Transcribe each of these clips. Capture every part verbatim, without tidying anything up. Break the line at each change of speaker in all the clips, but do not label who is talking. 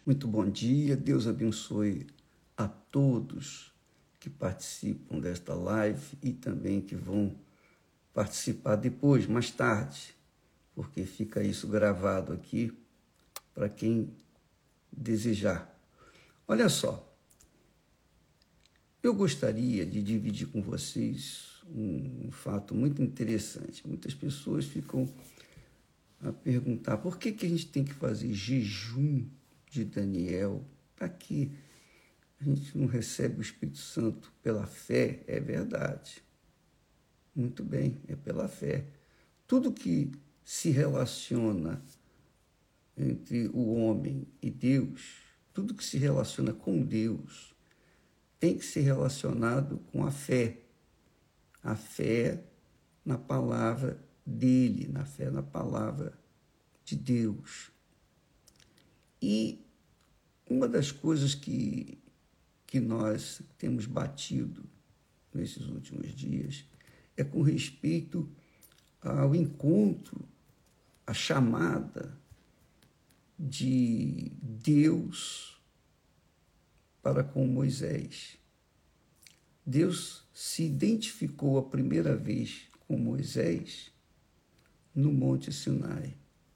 Muito bom dia, Deus abençoe a todos que participam desta live e também que vão participar depois, mais tarde, porque fica isso gravado aqui para quem desejar. Olha só, eu gostaria de dividir com vocês um fato muito interessante. Muitas pessoas ficam a perguntar por que, que a gente tem que fazer jejum de Daniel. Para que a gente não recebe o Espírito Santo pela fé? É verdade. Muito bem, é pela fé. Tudo que se relaciona entre o homem e Deus, tudo que se relaciona com Deus, tem que ser relacionado com a fé. A fé na palavra dele, na fé na palavra de Deus. E uma das coisas que, que nós temos batido nesses últimos dias é com respeito ao encontro, à chamada de Deus para com Moisés. Deus se identificou a primeira vez com Moisés no Monte Sinai.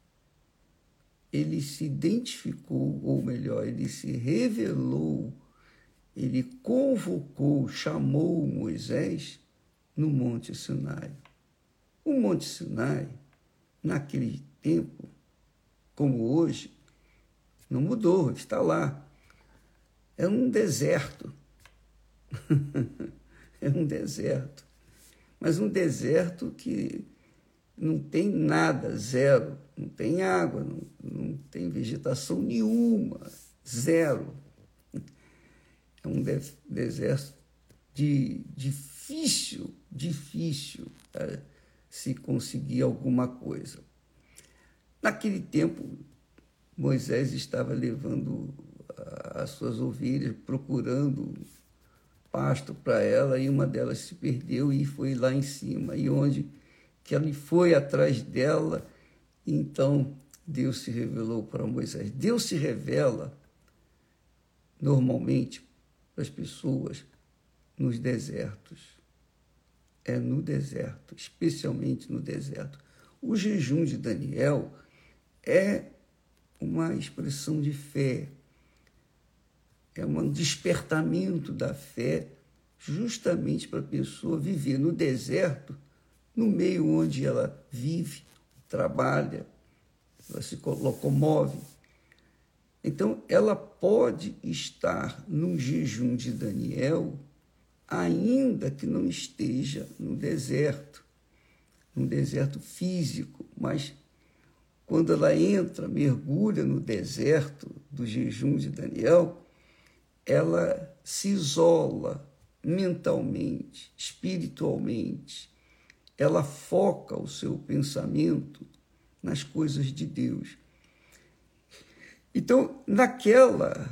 Ele se identificou, ou melhor, ele se revelou, ele convocou, chamou Moisés no Monte Sinai. O Monte Sinai, naquele tempo, como hoje, não mudou, está lá. É um deserto. É um deserto. Mas um deserto que não tem nada, zero. Não tem água, não, não tem vegetação nenhuma, zero. É um de, deserto de, difícil, difícil tá? se conseguir alguma coisa. Naquele tempo, Moisés estava levando as suas ovelhas, procurando pasto para ela, e uma delas se perdeu e foi lá em cima. E onde que ele foi atrás dela, então Deus se revelou para Moisés. Deus se revela normalmente para as pessoas nos desertos. É no deserto, especialmente no deserto. O jejum de Daniel é uma expressão de fé, é um despertamento da fé justamente para a pessoa viver no deserto, no meio onde ela vive, trabalha, ela se locomove. Então, ela pode estar no jejum de Daniel, ainda que não esteja no deserto, no deserto físico, mas quando ela entra, mergulha no deserto do jejum de Daniel, ela se isola mentalmente, espiritualmente, ela foca o seu pensamento nas coisas de Deus. Então, naquela,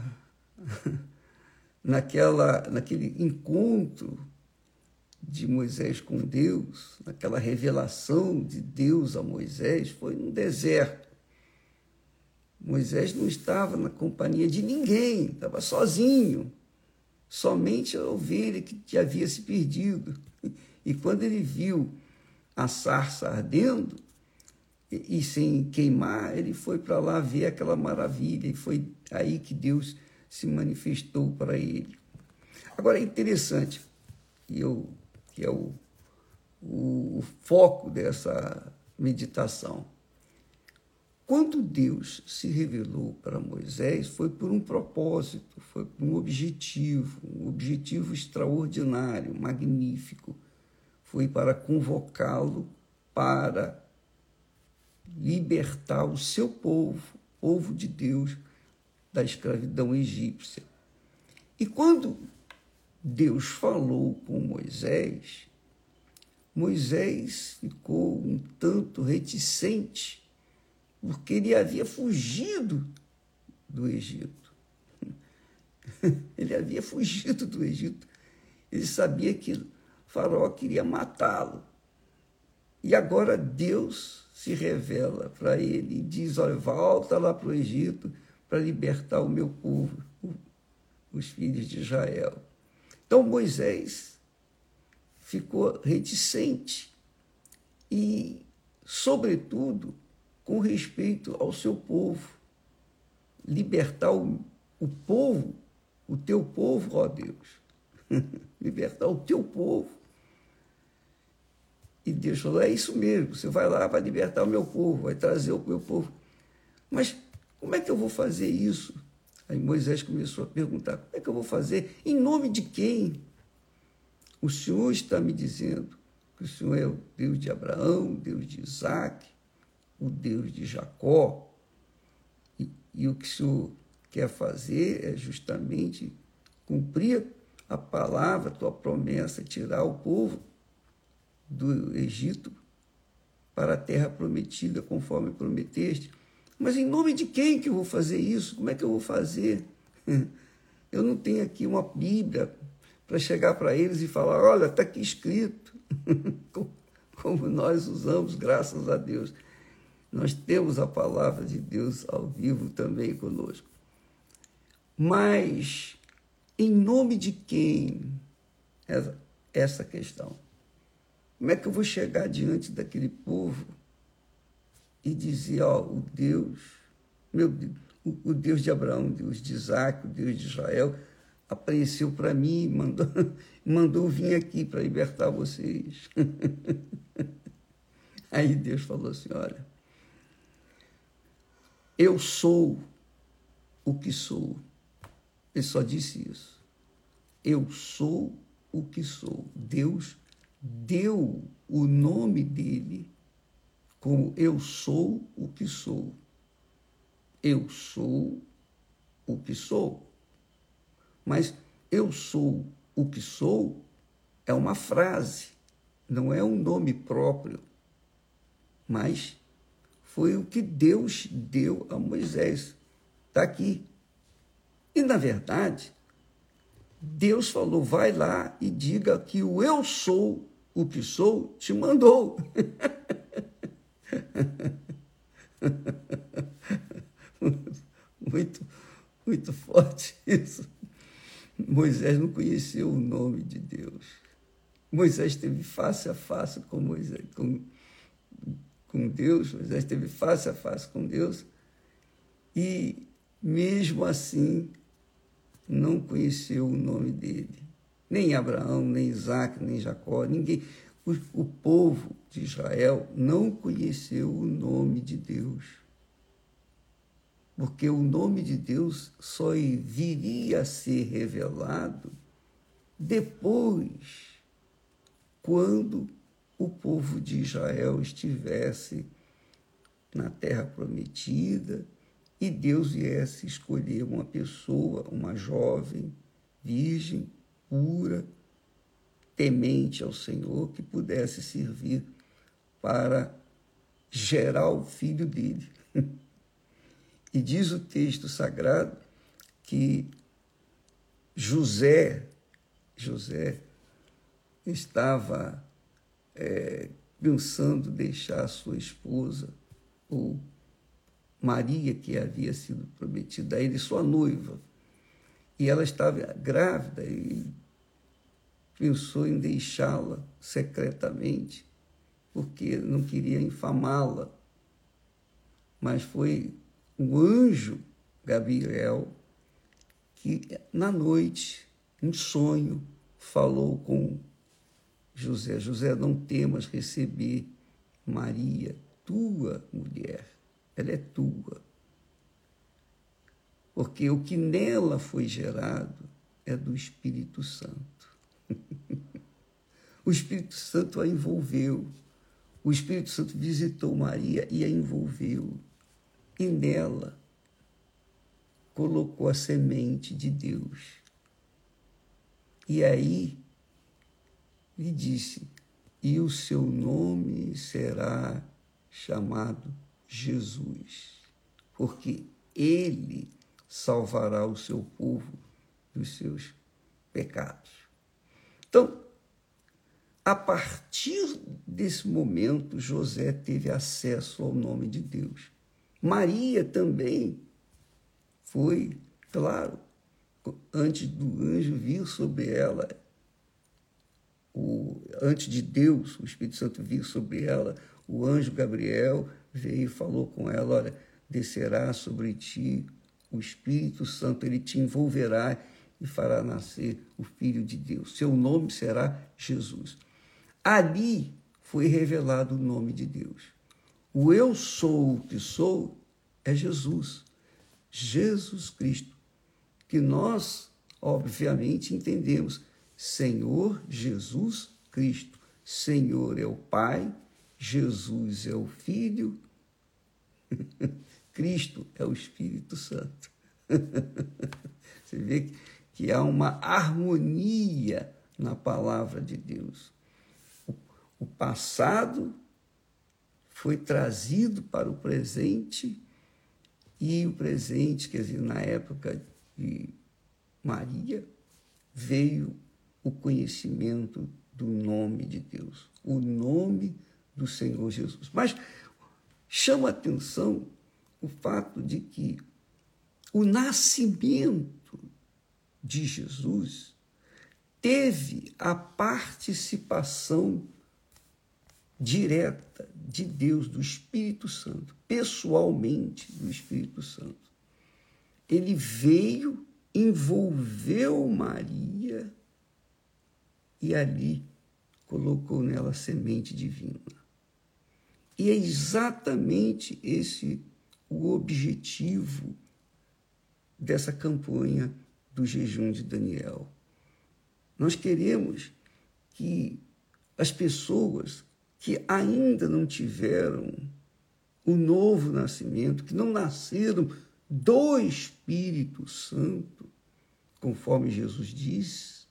naquela, naquele encontro de Moisés com Deus, naquela revelação de Deus a Moisés, foi no deserto. Moisés não estava na companhia de ninguém, estava sozinho, somente a ovelha que havia se perdido. E quando ele viu a sarça ardendo e, e sem queimar, ele foi para lá ver aquela maravilha, e foi aí que Deus se manifestou para ele. Agora, é interessante, e eu, que é o, o, o foco dessa meditação. Quando Deus se revelou para Moisés, foi por um propósito, foi por um objetivo, um objetivo extraordinário, magnífico. Foi para convocá-lo para libertar o seu povo, povo de Deus, da escravidão egípcia. E quando Deus falou com Moisés, Moisés ficou um tanto reticente, porque ele havia fugido do Egito. Ele havia fugido do Egito. Ele sabia que Faraó queria matá-lo. E agora Deus se revela para ele e diz, olha, volta lá para o Egito, para libertar o meu povo, os filhos de Israel. Então Moisés ficou reticente e, sobretudo, com respeito ao seu povo, libertar o, o povo, o teu povo, ó Deus, libertar o teu povo. E Deus falou, é isso mesmo, você vai lá, vai libertar o meu povo, vai trazer o meu povo. Mas como é que eu vou fazer isso? Aí Moisés começou a perguntar, como é que eu vou fazer? Em nome de quem? O Senhor está me dizendo que o Senhor é o Deus de Abraão, o Deus de Isaac, o Deus de Jacó. E, e o que o Senhor quer fazer é justamente cumprir a palavra, a tua promessa, tirar o povo do Egito para a terra prometida, conforme prometeste. Mas em nome de quem que eu vou fazer isso? Como é que eu vou fazer? Eu não tenho aqui uma Bíblia para chegar para eles e falar, olha, está aqui escrito, como nós usamos, graças a Deus. Nós temos a palavra de Deus ao vivo também conosco. Mas, em nome de quem? Essa, essa questão. Como é que eu vou chegar diante daquele povo e dizer, ó, o Deus, meu Deus, o, o Deus de Abraão, o Deus de Isaac, o Deus de Israel, apareceu para mim e mandou, mandou vir aqui para libertar vocês. Aí Deus falou assim, olha, eu sou o que sou. Ele só disse isso. Eu sou o que sou. Deus deu o nome dele como eu sou o que sou. Eu sou o que sou. Mas eu sou o que sou é uma frase, não é um nome próprio, mas foi o que Deus deu a Moisés. Está aqui. E, na verdade, Deus falou, vai lá e diga que o eu sou o que sou te mandou. Muito, muito forte isso. Moisés não conheceu o nome de Deus. Moisés esteve face a face com, Moisés, com, com Deus, Moisés esteve face a face com Deus, e mesmo assim não conheceu o nome dele. Nem Abraão, nem Isaac, nem Jacó, ninguém. O, o povo de Israel não conheceu o nome de Deus. Porque o nome de Deus só viria a ser revelado depois, quando o povo de Israel estivesse na terra prometida e Deus viesse escolher uma pessoa, uma jovem, virgem, pura, temente ao Senhor, que pudesse servir para gerar o filho dele. E diz o texto sagrado que José, José estava é, pensando deixar a sua esposa, ou Maria, que havia sido prometida a ele, sua noiva, e ela estava grávida e pensou em deixá-la secretamente, porque não queria infamá-la. Mas foi o anjo Gabriel que, na noite, em sonho, falou com José, José, não temas receber Maria, tua mulher, ela é tua. Porque o que nela foi gerado é do Espírito Santo. O Espírito Santo a envolveu. O Espírito Santo visitou Maria e a envolveu. E nela colocou a semente de Deus. E aí lhe disse, e o seu nome será chamado Jesus, porque ele salvará o seu povo dos seus pecados. Então, a partir desse momento, José teve acesso ao nome de Deus. Maria também foi, claro, antes do anjo vir sobre ela, o, antes de Deus, o Espírito Santo vir sobre ela, o anjo Gabriel veio e falou com ela, olha, descerá sobre ti o Espírito Santo, ele te envolverá e fará nascer o Filho de Deus. Seu nome será Jesus. Ali foi revelado o nome de Deus. O eu sou o que sou é Jesus. Jesus Cristo, que nós, obviamente, entendemos. Senhor Jesus Cristo. Senhor é o Pai, Jesus é o Filho, Cristo é o Espírito Santo. Você vê que há uma harmonia na palavra de Deus. O, o passado foi trazido para o presente e o presente, quer dizer, na época de Maria, veio o conhecimento do nome de Deus, o nome do Senhor Jesus. Mas chama a atenção o fato de que o nascimento de Jesus teve a participação direta de Deus, do Espírito Santo, pessoalmente do Espírito Santo. Ele veio, envolveu Maria e ali colocou nela a semente divina. E é exatamente esse o objetivo dessa campanha do jejum de Daniel. Nós queremos que as pessoas que ainda não tiveram o novo nascimento, que não nasceram do Espírito Santo, conforme Jesus disse,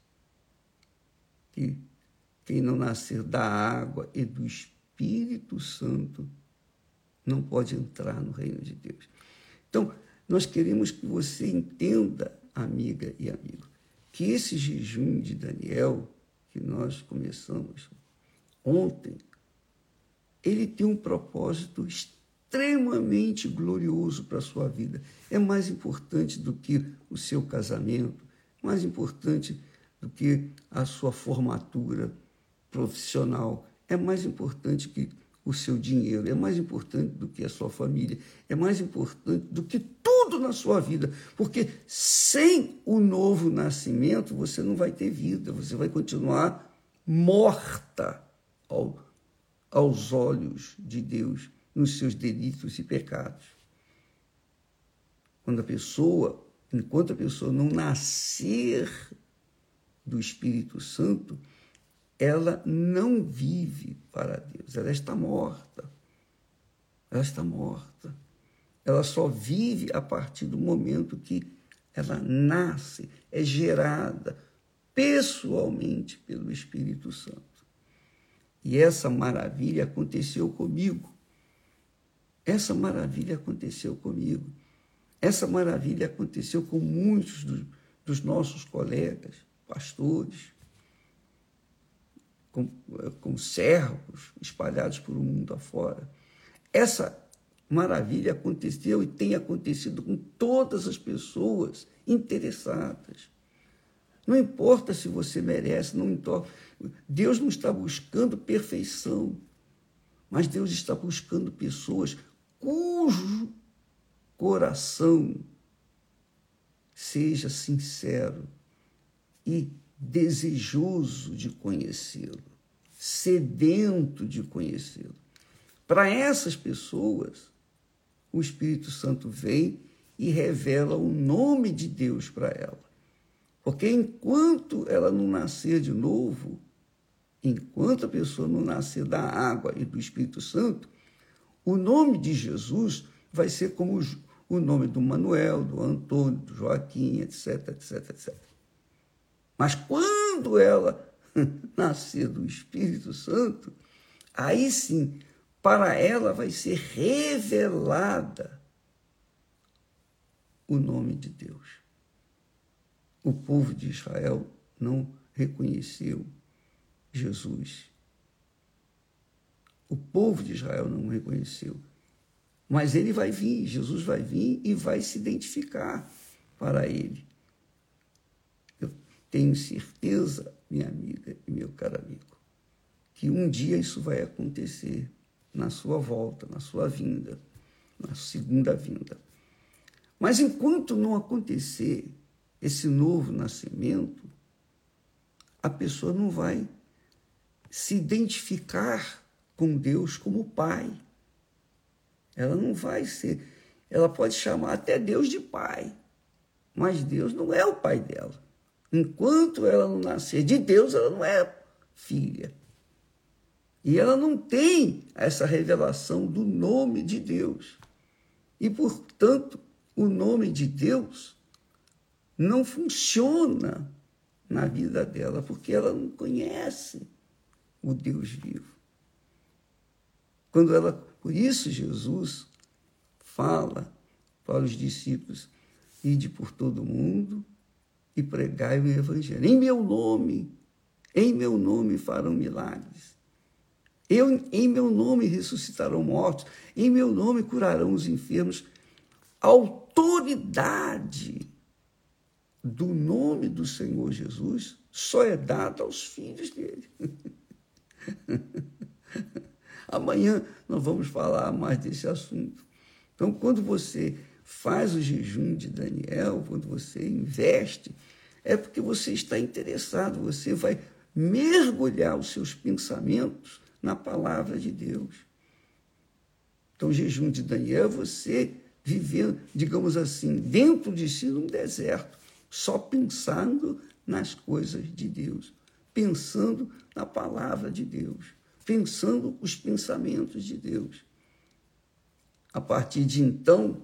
que quem não nascer da água e do Espírito Santo não pode entrar no reino de Deus. Então, nós queremos que você entenda, amiga e amigo, que esse jejum de Daniel, que nós começamos ontem, ele tem um propósito extremamente glorioso para a sua vida. É mais importante do que o seu casamento, mais importante do que a sua formatura profissional, é mais importante que o seu dinheiro, é mais importante do que a sua família, é mais importante do que tudo na sua vida, porque sem o novo nascimento você não vai ter vida, você vai continuar morta ao, aos olhos de Deus, nos seus delitos e pecados. Quando a pessoa, enquanto a pessoa não nascer do Espírito Santo, ela não vive para Deus, ela está morta. Ela está morta. Ela só vive a partir do momento que ela nasce, é gerada pessoalmente pelo Espírito Santo. E essa maravilha aconteceu comigo. Essa maravilha aconteceu comigo. Essa maravilha aconteceu com muitos dos, dos nossos colegas, pastores, com, com servos espalhados por o mundo afora. Essa maravilha aconteceu e tem acontecido com todas as pessoas interessadas. Não importa se você merece, não importa. Deus não está buscando perfeição, mas Deus está buscando pessoas cujo coração seja sincero e desejoso de conhecê-lo, sedento de conhecê-lo. Para essas pessoas, o Espírito Santo vem e revela o nome de Deus para ela. Porque enquanto ela não nascer de novo, enquanto a pessoa não nascer da água e do Espírito Santo, o nome de Jesus vai ser como o nome do Manuel, do Antônio, do Joaquim, etc, etc, etcétera. Mas quando ela nascer do Espírito Santo, aí sim, para ela vai ser revelada o nome de Deus. O povo de Israel não reconheceu Jesus. O povo de Israel não reconheceu. Mas ele vai vir, Jesus vai vir e vai se identificar para ele. Eu tenho certeza, minha amiga e meu caro amigo, que um dia isso vai acontecer na sua volta, na sua vinda, na segunda vinda. Mas enquanto não acontecer esse novo nascimento, a pessoa não vai se identificar com Deus como Pai. Ela não vai ser, ela pode chamar até Deus de Pai, mas Deus não é o Pai dela. Enquanto ela não nascer de Deus, ela não é filha. E ela não tem essa revelação do nome de Deus. E, portanto, o nome de Deus não funciona na vida dela, porque ela não conhece o Deus vivo. Quando ela, por isso Jesus fala para os discípulos: ide por todo mundo e pregai o evangelho. Em meu nome, em meu nome farão milagres. Eu, em meu nome ressuscitarão mortos, em meu nome curarão os enfermos. A autoridade do nome do Senhor Jesus só é dada aos filhos dele. Amanhã nós vamos falar mais desse assunto. Então, quando você faz o jejum de Daniel, quando você investe, é porque você está interessado, você vai mergulhar os seus pensamentos na palavra de Deus. Então, o jejum de Daniel é você viver, digamos assim, dentro de si num deserto, só pensando nas coisas de Deus, pensando na palavra de Deus, pensando os pensamentos de Deus. A partir de então,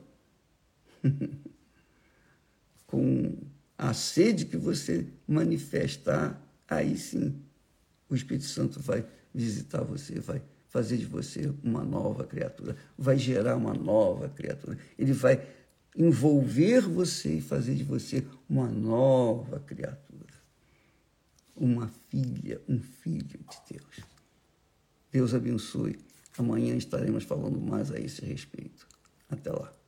com a sede que você manifestar, aí sim o Espírito Santo vai visitar você, vai fazer de você uma nova criatura, vai gerar uma nova criatura. Ele vai envolver você e fazer de você uma nova criatura, uma filha, um filho de Deus. Deus abençoe. Amanhã estaremos falando mais a esse respeito. Até lá.